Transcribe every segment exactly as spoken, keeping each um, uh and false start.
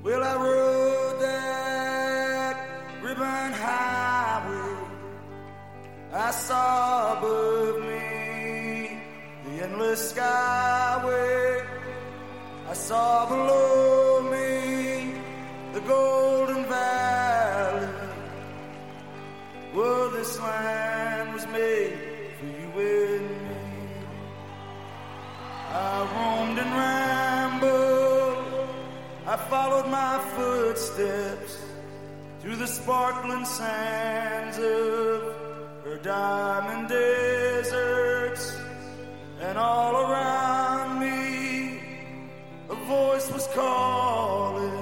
Well, I rode that ribbon highway. I saw above me the endless skyway. I saw below me the golden valley. Well, this land was made for you and me. I roamed and rambled, I followed my footsteps through the sparkling sands of her diamond deserts, and all around me a voice was calling.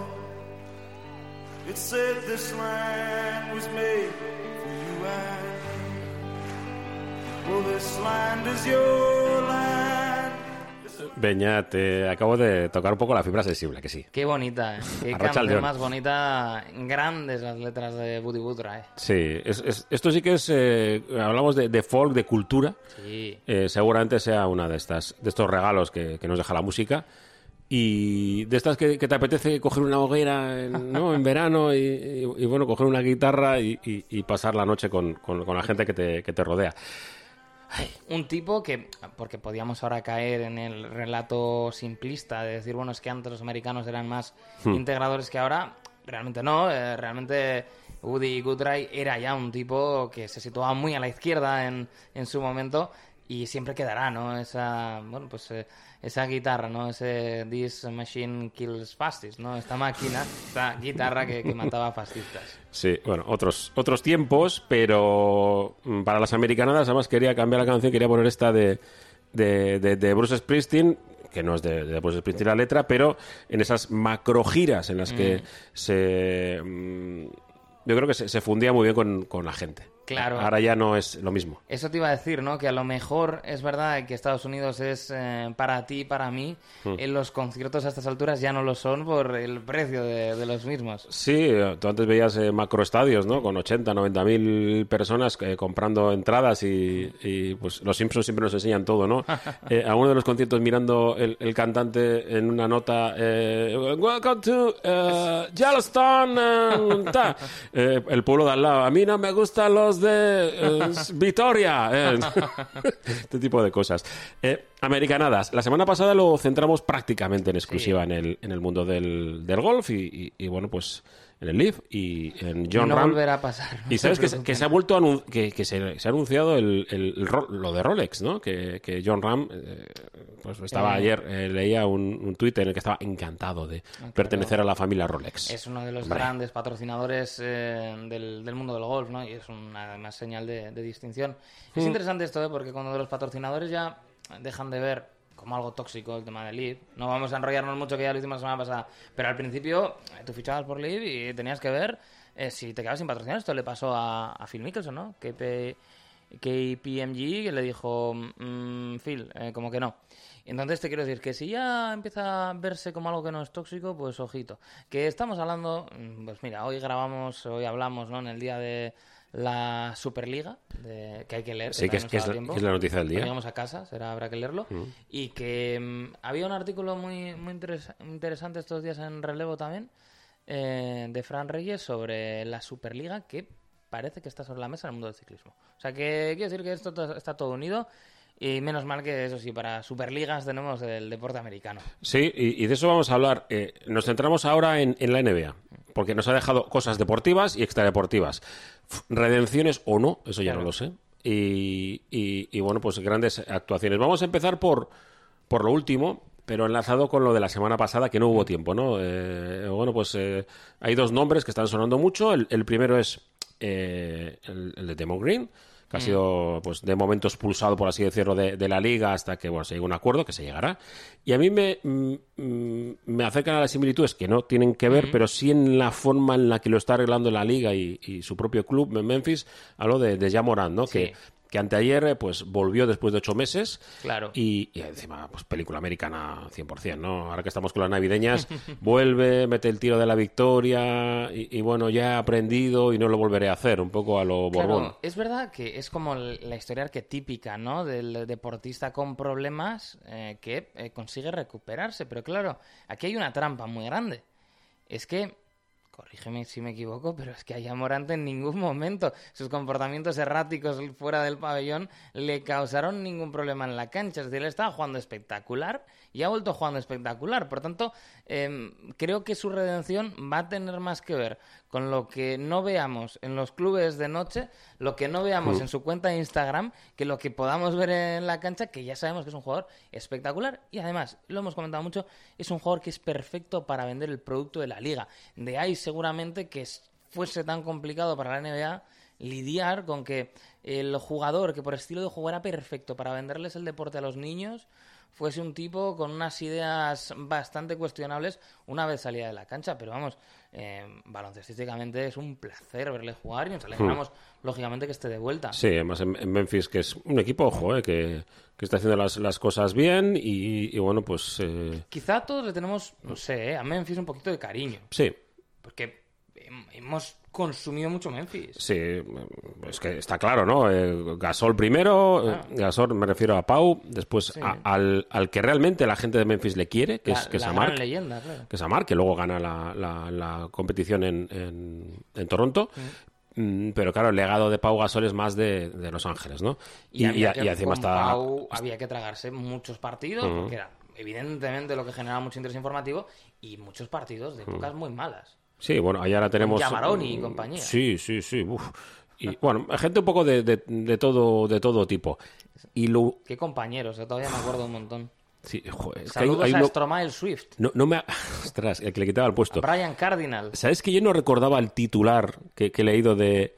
It said this land was made for you and me. Well, this land is your land. Beñat, te acabo de tocar un poco la fibra sensible, que sí. Qué bonita, ¿eh? Qué canción más bonita. Grandes las letras de Woody Guthrie. Sí, es, es, esto sí que es... Eh, hablamos de, de folk, de cultura. Sí. Eh, seguramente sea una de estas de estos regalos que, que nos deja la música. Y de estas que, que te apetece coger una hoguera en, ¿no? en verano y, y, y, bueno, coger una guitarra y, y, y pasar la noche con, con, con la gente que te, que te rodea. Ay, un tipo que, porque podíamos ahora caer en el relato simplista de decir, bueno, es que antes los americanos eran más hmm. integradores que ahora, realmente no, eh, realmente Woody Guthrie era ya un tipo que se situaba muy a la izquierda en, en su momento y siempre quedará, ¿no? Esa, bueno, pues eh, esa guitarra, ¿no? Ese This Machine Kills Fascists, ¿no? Esta máquina, esta guitarra que, que mataba fascistas. Sí, bueno, otros otros tiempos, pero para las americanadas además quería cambiar la canción, quería poner esta de, de, de, de Bruce Springsteen, que no es de, de Bruce Springsteen la letra, pero en esas macrogiras en las que mm. se... Mm, yo creo que se, se fundía muy bien con, con la gente. Claro. Ahora ya no es lo mismo. Eso te iba a decir, ¿no? Que a lo mejor es verdad que Estados Unidos es eh, para ti, para mí. Mm. En los conciertos a estas alturas ya no lo son por el precio de, de los mismos. Sí, tú antes veías eh, macroestadios, ¿no? Con ochenta, noventa mil personas eh, comprando entradas y, y pues los Simpsons siempre nos enseñan todo, ¿no? eh, algunos de los conciertos mirando el, el cantante en una nota eh, Welcome to uh, Yellowstone and ta. Eh, el pueblo de al lado. A mí no me gustan los de eh, Vitoria, eh. este tipo de cosas. Eh, americanadas. La semana pasada lo centramos prácticamente en exclusiva sí. en el en el mundo del, del golf y, y, y bueno, pues en el Leaf y en John no Ram. volverá a pasar. No y sabes que, que se ha vuelto a anun- que, que se, se ha anunciado el, el, el, lo de Rolex, ¿no? Que, que John Ram, eh, pues estaba eh. ayer, eh, leía un, un tuit en el que estaba encantado de claro. pertenecer a la familia Rolex. Es uno de los Hombre. grandes patrocinadores eh, del, del mundo del golf, ¿no? Y es una además señal de, de distinción. Mm. Es interesante esto, ¿eh? Porque cuando los patrocinadores ya dejan de ver como algo tóxico el tema de Live. No vamos a enrollarnos mucho, que ya lo hicimos la semana pasada. Pero al principio, eh, tú fichabas por Live y tenías que ver eh, si te quedabas sin patrocinador. Esto le pasó a, a Phil Mickelson, ¿no? K P M G, que le dijo, mmm, Phil, eh, como que no. Entonces te quiero decir que si ya empieza a verse como algo que no es tóxico, pues ojito. Que estamos hablando, pues mira, hoy grabamos, hoy hablamos, ¿no? En el día de la Superliga, de, que hay que leer. Sí, que, que, es, que, es, que es la noticia del día. Cuando llegamos a casa, será, habrá que leerlo. Mm. Y que um, había un artículo muy, muy interes- interesante estos días en Relevo también, eh, de Fran Reyes, sobre la Superliga, que parece que está sobre la mesa en el mundo del ciclismo. O sea, que quiero decir que esto to- está todo unido. Y menos mal que, eso sí, para Superligas tenemos el deporte americano. Sí, y, y de eso vamos a hablar. Eh, nos centramos ahora en, en la N B A, porque nos ha dejado cosas deportivas y extradeportivas. Redenciones o no, eso ya claro. no lo sé. Y, y, y bueno, pues grandes actuaciones. Vamos a empezar por, por lo último, pero enlazado con lo de la semana pasada, que no hubo tiempo, ¿no? Eh, bueno, pues eh, hay dos nombres que están sonando mucho. El, el primero es eh, el, el de Damon Green, que ha sido, pues, de momento expulsado, por así decirlo, de, de la liga hasta que, bueno, se llegue a un acuerdo, que se llegará. Y a mí me, mm, me acercan a las similitudes que no tienen que ver, uh-huh. pero sí en la forma en la que lo está arreglando la liga y, y su propio club, Memphis. Hablo de, de Ja Morant, ¿no? Sí. Que, que anteayer, pues, volvió después de ocho meses. Claro. Y, y encima, pues, película americana cien por ciento, ¿no? Ahora que estamos con las navideñas, vuelve, mete el tiro de la victoria y, y, bueno, ya he aprendido y no lo volveré a hacer, un poco a lo Borbón. Claro, es verdad que es como la historia arquetípica, ¿no? Del deportista con problemas eh, que eh, consigue recuperarse. Pero claro, aquí hay una trampa muy grande. es que, corrígeme si me equivoco, pero es que a Morant en ningún momento sus comportamientos erráticos fuera del pabellón le causaron ningún problema en la cancha. Es decir, él estaba jugando espectacular y ha vuelto jugando espectacular. Por tanto, eh, creo que su redención va a tener más que ver con lo que no veamos en los clubes de noche, lo que no veamos Mm. en su cuenta de Instagram, que lo que podamos ver en la cancha, que ya sabemos que es un jugador espectacular. Y además, lo hemos comentado mucho, es un jugador que es perfecto para vender el producto de la liga. De ahí seguramente que fuese tan complicado para la N B A lidiar con que el jugador que por estilo de juego era perfecto para venderles el deporte a los niños fuese un tipo con unas ideas bastante cuestionables una vez salía de la cancha. Pero vamos, eh, baloncestísticamente es un placer verle jugar y nos alegramos, hmm. lógicamente, que esté de vuelta. Sí, además en, en Memphis, que es un equipo, ojo, eh, que, que está haciendo las, las cosas bien y, y bueno, pues... Eh... Quizá todos le tenemos, no sé, eh, a Memphis un poquito de cariño. Sí. Porque hemos consumido mucho Memphis. Sí, es que está claro, ¿no? Eh, Gasol primero, ah. eh, Gasol me refiero a Pau, después sí. a, al, al que realmente la gente de Memphis le quiere, que la, es, que la es Amar. Gran leyenda, claro. Que es Amar, que luego gana la, la, la competición en, en, en Toronto. Mm. Pero claro, el legado de Pau Gasol es más de, de Los Ángeles, ¿no? Y, y, y, y encima está... Pau había que tragarse muchos partidos, uh-huh. porque era evidentemente lo que generaba mucho interés informativo, y muchos partidos de épocas uh-huh. muy malas. Sí, bueno, ahí ahora tenemos... Yamaroni y compañía. Sí, sí, sí. Uf. Y bueno, gente un poco de, de, de todo de todo tipo. Y lo... Qué compañeros, todavía me acuerdo un montón. Sí, joder. Saludos hay, hay a uno... Stromae Swift. No, no me... Ostras, el que le quitaba el puesto. A Brian Cardinal. ¿Sabes que yo no recordaba el titular que, que he leído de,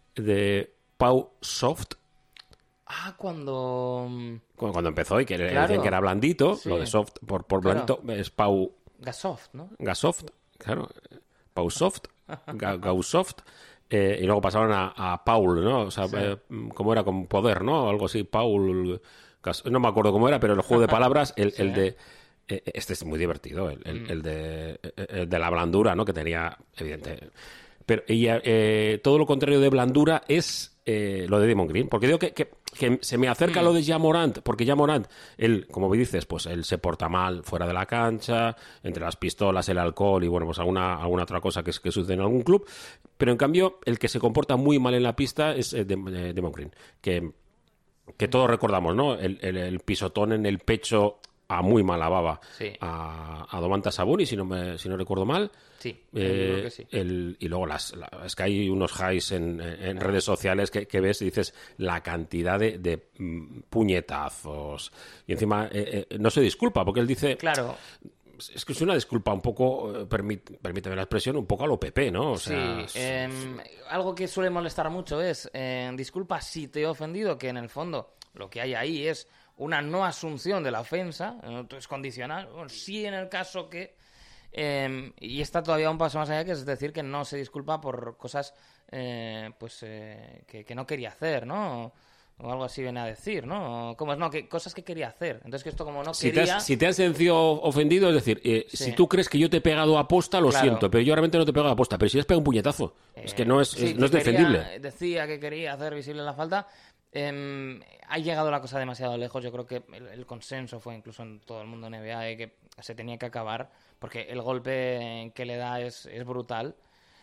de Pau Soft? Ah, cuando... Cuando, cuando empezó y que le claro. decían que era blandito. Sí. Lo de soft por, por claro. blandito es Pau... Gasoft, ¿no? Gasoft, claro. Pausoft, Ga Gausoft, eh, y luego pasaron a, a Paul, ¿no? O sea, sí. eh, como era con poder, ¿no? Algo así, Paul, Gas no me acuerdo cómo era, pero el juego de palabras, el, sí. el de... Eh, este es muy divertido, el, el, mm. el, de, el de la blandura, ¿no? Que tenía, evidente... Pero y, eh, todo lo contrario de blandura es eh, lo de Damon Green. Porque digo que, que, que se me acerca mm. lo de Ja Morant, porque Ja Morant, él, como dices, pues él se porta mal fuera de la cancha, entre las pistolas, el alcohol y bueno, pues alguna, alguna otra cosa que, que sucede en algún club. Pero en cambio, el que se comporta muy mal en la pista es eh, Damon Green. Que, que todos recordamos, ¿no? El, el, el pisotón en el pecho a muy mala baba sí. a, a Domantas Sabonis, si no me, si no recuerdo mal. Sí, eh, creo que sí. El, y luego las, la, es que hay unos highs en, en redes sociales que, que ves y dices la cantidad de, de mm, puñetazos. Y encima eh, eh, no se disculpa, porque él dice... Claro. Es que es una disculpa un poco, permít, permíteme la expresión, un poco a lo Pepe, ¿no? O sea, sí, eh, algo que suele molestar mucho es, eh, disculpa si te he ofendido, que en el fondo lo que hay ahí es una no asunción de la ofensa, es condicional, bueno, sí en el caso que... Eh, y está todavía un paso más allá, que es decir que no se disculpa por cosas eh, pues eh, que, que no quería hacer, ¿no? O algo así viene a decir, ¿no? Como es, no, que cosas que quería hacer. Entonces que esto como no si quería... Te has, si te has sentido ofendido, es decir, eh, sí. si tú crees que yo te he pegado a posta, lo claro. siento, pero yo realmente no te he pegado a posta. Pero si has pegado un puñetazo, eh, es que no es, sí, es, no es quería, defendible. Decía que quería hacer visible la falta. Eh, ha llegado la cosa demasiado lejos. Yo creo que el, el consenso fue incluso en todo el mundo N B A de que se tenía que acabar, porque el golpe que le da es, es brutal.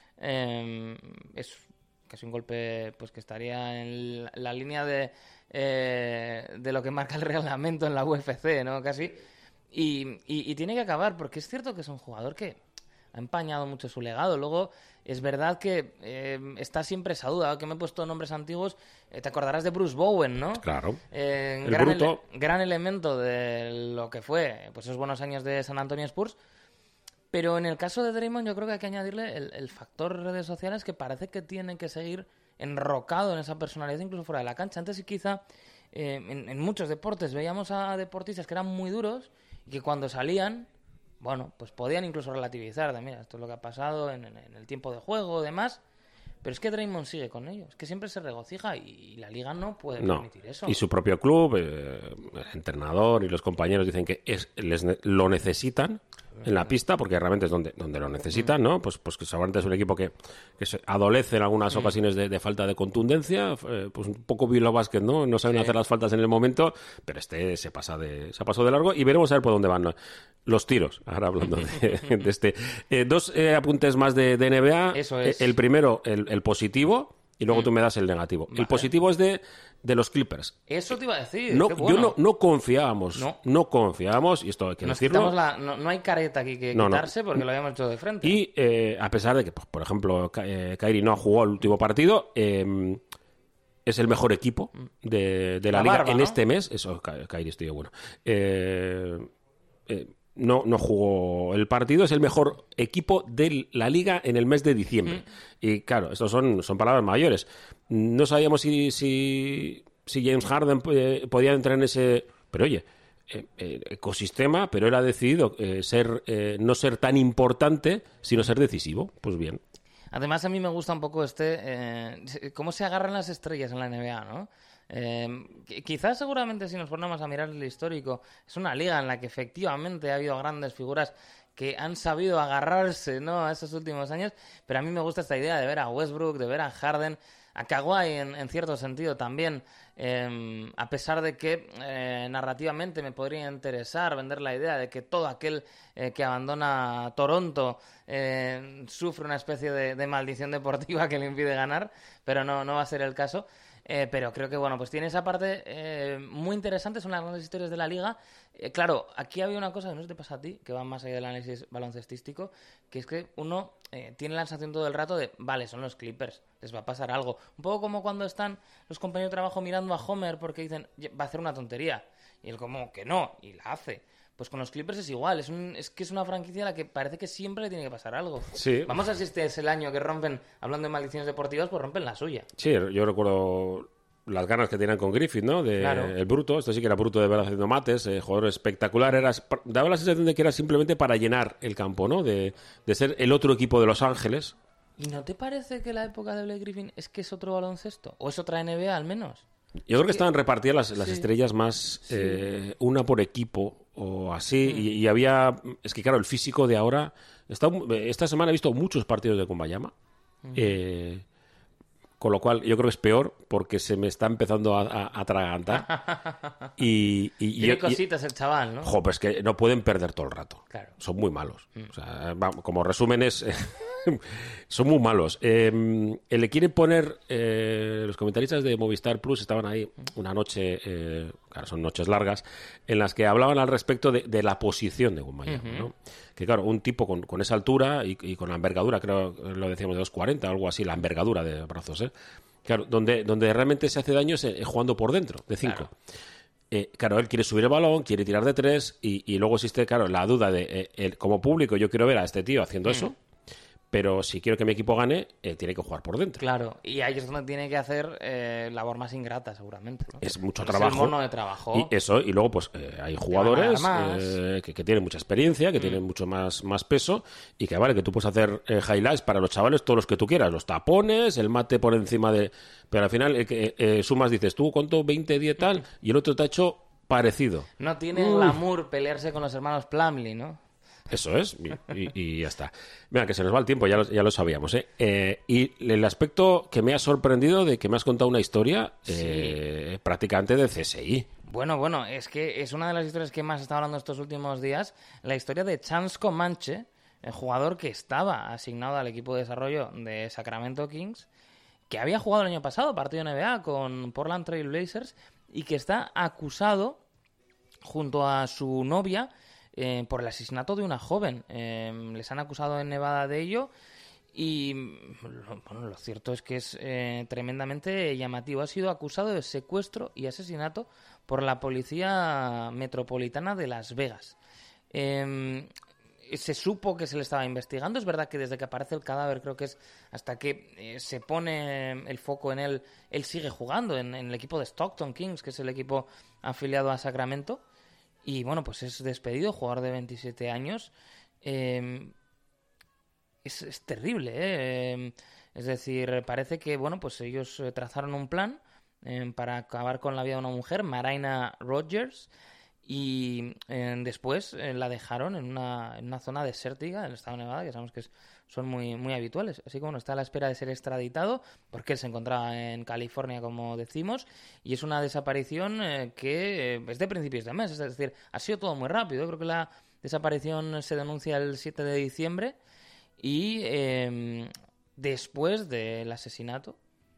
Eh, es casi un golpe pues que estaría en la, la línea de, eh, de lo que marca el reglamento en la U F C, ¿no? Casi. Y, y, y tiene que acabar, porque es cierto que es un jugador que ha empañado mucho su legado. Luego, es verdad que eh, está siempre esa duda, que me he puesto nombres antiguos. Eh, te acordarás de Bruce Bowen, ¿no? Claro. Eh, el gran, bruto. ele gran elemento de lo que fue pues esos buenos años de San Antonio Spurs. Pero en el caso de Draymond, yo creo que hay que añadirle el, el factor redes sociales, que parece que tiene que seguir enrocado en esa personalidad, incluso fuera de la cancha. Antes, y quizá eh, en, en muchos deportes veíamos a deportistas que eran muy duros y que cuando salían, bueno, pues podían incluso relativizar de, mira, esto es lo que ha pasado en, en, en el tiempo de juego y demás. Pero es que Draymond sigue con ellos, es que siempre se regocija y la liga no puede no. permitir eso. Y su propio club, eh, el entrenador y los compañeros dicen que es, les, lo necesitan en la pista, porque realmente es donde, donde lo necesitan, ¿no? Pues, pues que seguramente es un equipo que, que se adolece en algunas mm. ocasiones de, de falta de contundencia, eh, pues un poco Bilbao Basket, ¿no? No saben sí. hacer las faltas en el momento, pero este se pasa de, se ha pasado de largo y veremos a ver por dónde van, ¿no? los tiros. Ahora hablando de, de este. Eh, dos eh, apuntes más de, de N B A. Eso es. Eh, el primero, el, el positivo, y luego mm. tú me das el negativo. Vale. El positivo es de, de los Clippers. Eso te iba a decir. No, qué bueno. Yo no, no confiábamos. No. no confiábamos, y esto hay que Nos decirlo. La, no, no hay careta aquí que no, quitarse no. porque lo habíamos hecho de frente. Y eh, a pesar de que, pues, por ejemplo, eh, Kyrie no ha jugado el último partido, eh, es el mejor equipo de, de la, la liga barba, en ¿no? este mes. Eso, Kyrie, estoy bueno. Eh, eh, no, no jugó el partido, es el mejor equipo de la liga en el mes de diciembre. Mm. Y claro, estos son, son palabras mayores. No sabíamos si, si, si James Harden eh, podía entrar en ese... Pero oye, eh, eh, ecosistema, pero él ha decidido eh, ser eh, no ser tan importante, sino ser decisivo. Pues bien. Además, a mí me gusta un poco este... Eh, cómo se agarran las estrellas en la N B A, ¿no? Eh, quizás seguramente si nos ponemos a mirar el histórico, es una liga en la que efectivamente ha habido grandes figuras que han sabido agarrarse, ¿no?, a estos últimos años, pero a mí me gusta esta idea de ver a Westbrook, de ver a Harden, a Kawhi en, en cierto sentido también, eh, a pesar de que eh, narrativamente me podría interesar vender la idea de que todo aquel eh, que abandona Toronto eh, sufre una especie de, de maldición deportiva que le impide ganar, pero no, no va a ser el caso. Eh, pero creo que, bueno, pues tiene esa parte eh, muy interesante, son las grandes historias de la liga. Eh, claro, aquí había una cosa que no se te pasa a ti, que va más allá del análisis baloncestístico, que es que uno eh, tiene la sensación todo el rato de, vale, son los Clippers, les va a pasar algo. Un poco como cuando están los compañeros de trabajo mirando a Homer porque dicen, va a hacer una tontería. Y él como que no, y la hace. Pues con los Clippers es igual, es, un, es que es una franquicia a la que parece que siempre le tiene que pasar algo. Sí. Vamos a ver si este es el año que rompen, hablando de maldiciones deportivas, pues rompen la suya. Sí, yo recuerdo las ganas que tenían con Griffith, ¿no? De, claro. El bruto, esto sí que era bruto de verdad haciendo mates, eh, jugador espectacular, era, daba la sensación de que era simplemente para llenar el campo, ¿no? De, de ser el otro equipo de Los Ángeles. ¿Y no te parece que la época de Blake Griffin es que es otro baloncesto? ¿O es otra N B A al menos? Yo creo que estaban repartidas las, las sí. estrellas más, sí. eh, una por equipo o así, mm. y, y había, es que claro, el físico de ahora, está, esta semana he visto muchos partidos de Wembanyama, mm. eh, con lo cual yo creo que es peor porque se me está empezando a, a, a atragantar. y, y, Tiene y, cositas el chaval, ¿no? Jo, pues que no pueden perder todo el rato. Claro. Son muy malos. Mm. O sea, vamos, como resúmenes, son muy malos. Eh, le quieren poner, eh, los comentaristas de Movistar Plus estaban ahí una noche, eh, claro, son noches largas, en las que hablaban al respecto de, de la posición de Wembanyama, uh-huh. ¿no? Que claro, un tipo con, con esa altura y, y con la envergadura, creo que lo decíamos de dos cuarenta, algo así, la envergadura de brazos, ¿eh? Claro, donde, donde realmente se hace daño es eh, jugando por dentro, de cinco. Claro. Eh, claro, él quiere subir el balón, quiere tirar de tres y, y luego existe, claro, la duda de, eh, el, como público, yo quiero ver a este tío haciendo mm. eso, pero si quiero que mi equipo gane, eh, tiene que jugar por dentro. Claro, y ahí es donde tiene que hacer eh, labor más ingrata, seguramente, ¿no? Es mucho Porque trabajo. Es el mono de trabajo. Y eso, y luego pues eh, hay jugadores eh, que, que tienen mucha experiencia, que mm. tienen mucho más, más peso, y que vale, que tú puedes hacer eh, highlights para los chavales todos los que tú quieras, los tapones, el mate por encima de... Pero al final, eh, eh, sumas, dices, tú cuánto, veinte, diez tal, y el otro te ha hecho parecido. No tiene el glamour pelearse con los hermanos Plumlee, ¿no? Eso es, y, y, y ya está. Mira, que se nos va el tiempo, ya lo, ya lo sabíamos, ¿eh? ¿eh? Y el aspecto que me ha sorprendido de que me has contado una historia eh, sí. prácticamente de C S I. Bueno, bueno, es que es una de las historias que más está hablando estos últimos días, la historia de Chance Comanche, el jugador que estaba asignado al equipo de desarrollo de Sacramento Kings, que había jugado el año pasado partido N B A con Portland Trail Blazers y que está acusado junto a su novia Eh, por el asesinato de una joven. Eh, les han acusado en Nevada de ello y bueno, lo cierto es que es eh, tremendamente llamativo. Ha sido acusado de secuestro y asesinato por la Policía Metropolitana de Las Vegas. Eh, se supo que se le estaba investigando. Es verdad que desde que aparece el cadáver, creo que es hasta que eh, se pone el foco en él, él sigue jugando en, en el equipo de Stockton Kings, que es el equipo afiliado a Sacramento. Y bueno, pues es despedido, jugador de veintisiete años. Eh, es, es terrible, ¿eh? Es decir, parece que bueno, pues ellos trazaron un plan eh, para acabar con la vida de una mujer, Marina Rogers, y eh, después eh, la dejaron en una, en una zona desértica del estado de Nevada, que sabemos que es, son muy, muy habituales. Así que bueno, está a la espera de ser extraditado, porque él se encontraba en California, como decimos, y es una desaparición eh, que eh, es de principios de mes, es decir, ha sido todo muy rápido. Yo creo que la desaparición se denuncia el siete de diciembre y eh, después del asesinato,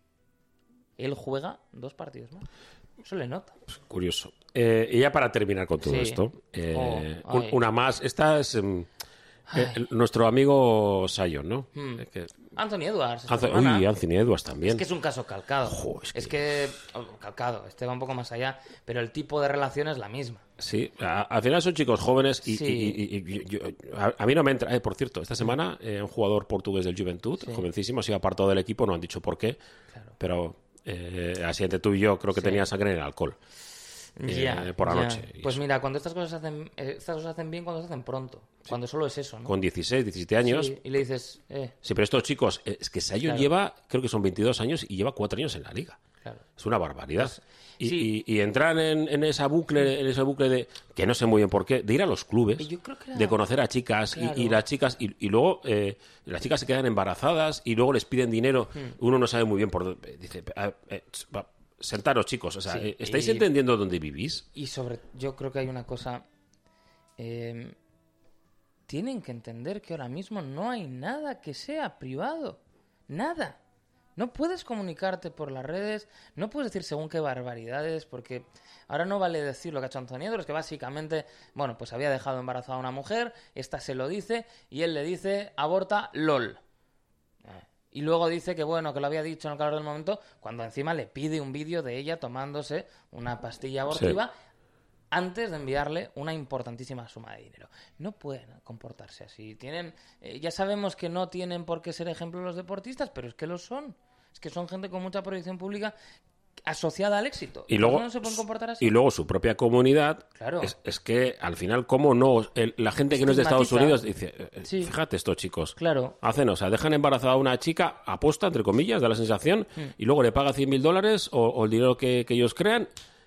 él juega dos partidos más. Eso le nota. Pues curioso. Eh, y ya para terminar con todo Sí. esto, eh, Oh, un- una más. Esta es mm, eh, nuestro amigo Sion, ¿no? Hmm. Eh, que- Anthony Edwards. esta Anth- semana. Uy, Anthony Edwards también. Es que es un caso calcado. Jo, es es que- que... oh, calcado, este va un poco más allá, pero el tipo de relación es la misma. Sí, a- al final son chicos jóvenes y, Sí. y- y- y- yo- a, a mí no me entra. Eh, por cierto, esta semana eh, un jugador portugués del Juventud, Sí. jovencísimo, ha sido apartado del equipo, no han dicho por qué, Claro. pero eh, así entre tú y yo creo que Sí. tenía sangre en el alcohol. Eh, Ya, por la ya. noche. Y Pues eso. mira, cuando estas cosas se hacen, eh, estas cosas se hacen bien cuando se hacen pronto. Cuando solo es eso, ¿no? Con dieciséis, diecisiete años. Sí, y le dices, eh, Sí, pero estos chicos, eh, es que Sayo Claro. lleva, creo que son veintidós años y lleva cuatro años en la liga. claro. Es una barbaridad. y, sí. y- y entrar en, en esa bucle, en ese bucle de, que no sé muy bien por qué, de ir a los clubes, Yo creo que era- de conocer a chicas y- y, Claro. las chicas, y, y luego eh, las chicas se quedan embarazadas y luego les piden dinero. Hmm. Uno no sabe muy bien por dónde. Dice, "Ah, eh, va, sentaros chicos, o sea, Sí, eh, ¿estáis y- entendiendo dónde vivís? Y sobre, yo creo que hay una cosa. eh, tienen que entender que ahora mismo no hay nada que sea privado. Nada. No puedes comunicarte por las redes, no puedes decir según qué barbaridades, porque ahora no vale decir lo que ha hecho Anthony Edwards, que básicamente, bueno, pues había dejado embarazada a una mujer, esta se lo dice, y él le dice, aborta, lol. Eh, Y luego dice que bueno, que lo había dicho en el calor del momento, cuando encima le pide un vídeo de ella tomándose una pastilla abortiva antes de enviarle una importantísima suma de dinero. No pueden comportarse así. Tienen, eh, ya sabemos que no tienen por qué ser ejemplo los deportistas, pero es que lo son. Es que son gente con mucha proyección pública asociada al éxito. Y luego, no se pueden comportar así. y luego su propia comunidad, Claro. es, es que al final, ¿cómo no? El- la gente que no es de Estados Estigmatiza. Unidos dice, eh, Sí. fíjate estos chicos. Claro. Hacen, o sea, dejan embarazada a una chica, aposta, entre comillas, da la sensación, Hmm. y luego le paga cien mil dólares o, o el dinero que, que ellos crean.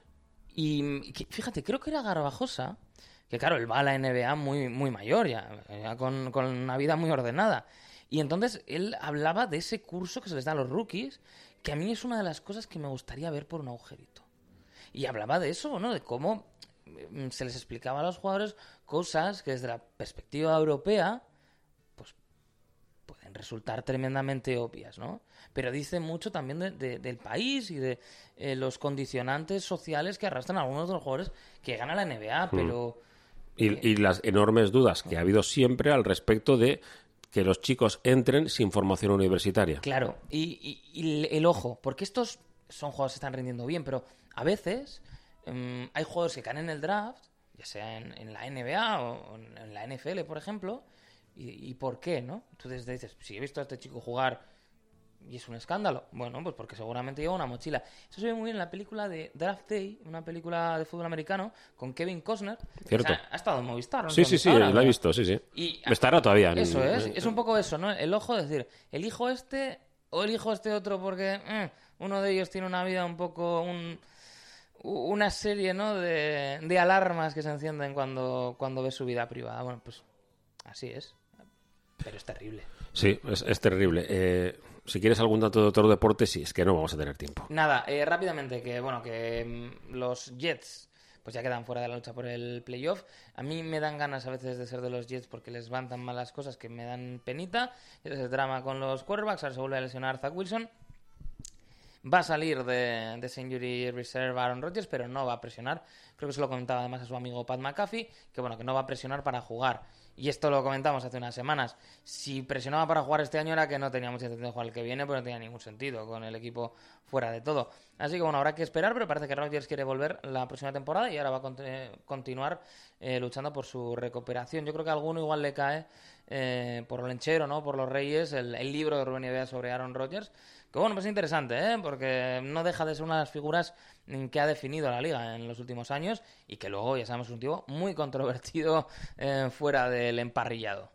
Y que- fíjate, creo que era Garbajosa, que claro, él va a la N B A muy, muy mayor ya, ya con, con una vida muy ordenada. Y entonces él hablaba de ese curso que se les da a los rookies, que a mí es una de las cosas que me gustaría ver por un agujerito. Y hablaba de eso, ¿no? De cómo mm, se les explicaba a los jugadores cosas que desde la perspectiva europea pues pueden resultar tremendamente obvias, ¿no? Pero dice mucho también de- de- del país y de eh, los condicionantes sociales que arrastran a algunos de los jugadores que llegan a la N B A, pero... Y, y las enormes dudas que ha habido siempre al respecto de que los chicos entren sin formación universitaria. Claro, y, y- y el, el ojo, porque estos son jugadores que están rindiendo bien, pero a veces em, hay jugadores que caen en el draft, ya sea en, en la N B A o en, en la N F L, por ejemplo, y, y ¿por qué, no? Entonces dices, si he visto a este chico jugar y es un escándalo, bueno, pues porque seguramente lleva una mochila. Eso se ve muy bien en la película de Draft Day, una película de fútbol americano, con Kevin Costner. Cierto. O sea, ha estado en Movistar, ¿no? Sí, sé sí, dónde sí, está ahora, la he pero- visto, sí, sí. Y- Estará todavía. en- Eso es, en- es un poco eso, ¿no? El ojo, es decir, elijo este o elijo este otro porque mm, uno de ellos tiene una vida un poco, un, u- una serie, ¿no? De, de alarmas que se encienden cuando, cuando ves su vida privada. Bueno, pues así es. Pero es terrible. Sí, es, es terrible. Eh, si quieres algún dato de otro deporte, sí, es que no vamos a tener tiempo. Nada, eh, rápidamente, que bueno, que mm, los Jets pues ya quedan fuera de la lucha por el playoff. A mí me dan ganas a veces de ser de los Jets porque les van tan mal las cosas que me dan penita. Ese es el drama con los quarterbacks. Ahora se vuelve a lesionar Zach Wilson. Va a salir de, de ese injury reserve Aaron Rodgers, pero no va a presionar. Creo que se lo comentaba además a su amigo Pat McAfee, que bueno, que no va a presionar para jugar. Y esto lo comentamos hace unas semanas. Si presionaba para jugar este año era que no tenía mucha intención de jugar el que viene, pero no tenía ningún sentido con el equipo fuera de todo. Así que bueno, habrá que esperar, pero parece que Rodgers quiere volver la próxima temporada y ahora va a cont- continuar eh, luchando por su recuperación. Yo creo que a alguno igual le cae eh, por Olenchero, ¿no? Por los Reyes, el, el libro de Rubén Ibea sobre Aaron Rodgers. Que bueno, pues es interesante, ¿eh? Porque no deja de ser una de las figuras que ha definido la liga en los últimos años y que luego, ya sabemos, es un tío muy controvertido eh, fuera del emparrillado.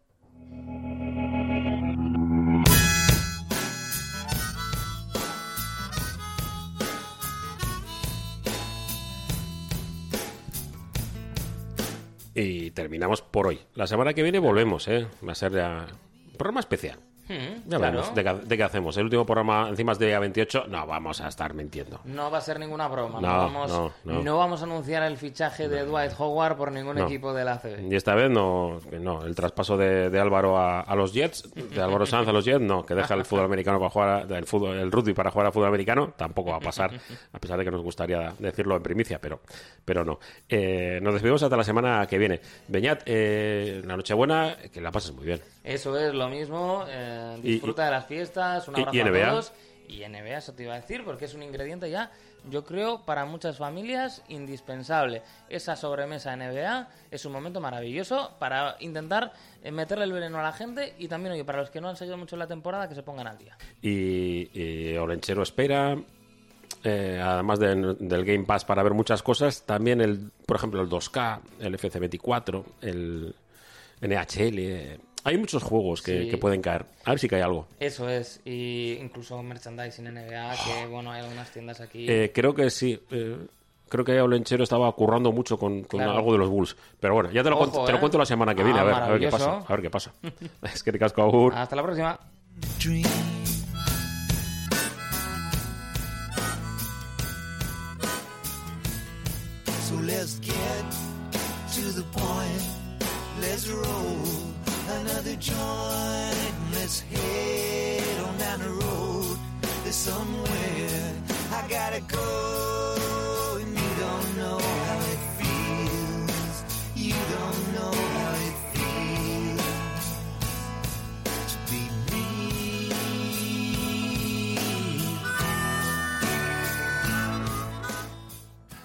Y terminamos por hoy. La semana que viene volvemos, ¿eh? Va a ser ya un programa especial. Mm, Ya claro. veremos de, qué- de qué hacemos. El último programa encima es de día veintiocho. No, vamos a estar mintiendo. No va a ser ninguna broma. No, No, vamos, no, no. no vamos a anunciar el fichaje de Dwight Howard por ningún No. equipo de la A C B. Y esta vez no, no el traspaso de, de Álvaro a, a los Jets, de Álvaro Sanz a los Jets, no, que deja el fútbol americano para jugar, a- el, fútbol, el rugby para jugar al fútbol americano, tampoco va a pasar, a pesar de que nos gustaría decirlo en primicia, pero, pero no. Eh, nos despedimos hasta la semana que viene. Beñat, eh, la Nochebuena, que la pases muy bien. Eso es lo mismo. eh, disfruta Y- de las fiestas. Un y- abrazo y a N B A. todos. Y N B A, eso te iba a decir, porque es un ingrediente ya, yo creo, para muchas familias indispensable. Esa sobremesa N B A es un momento maravilloso para intentar eh, meterle el veneno a la gente y también, oye, para los que no han seguido mucho la temporada, que se pongan al día. Y, y Olenchero espera, eh, además de- del Game Pass para ver muchas cosas, también, el por ejemplo, el dos K, el F C veinticuatro, el N H L... Hay muchos juegos que, Sí. que pueden caer. A ver si cae algo. Eso es, y incluso merchandising N B A, que bueno, hay algunas tiendas aquí. Eh, creo que sí. eh, creo que Olenchero estaba currando mucho con, con Claro. algo de los Bulls. Pero bueno, ya te lo, Ojo, cuento, te lo eh. cuento la semana que Ah, viene. A ver, a ver qué pasa. maravilloso. A ver qué pasa. Es que te casco, Agur. Hasta la próxima. dream. So let's get to the point. Let's roll another joint. Let's head on down the road. There's somewhere I gotta go.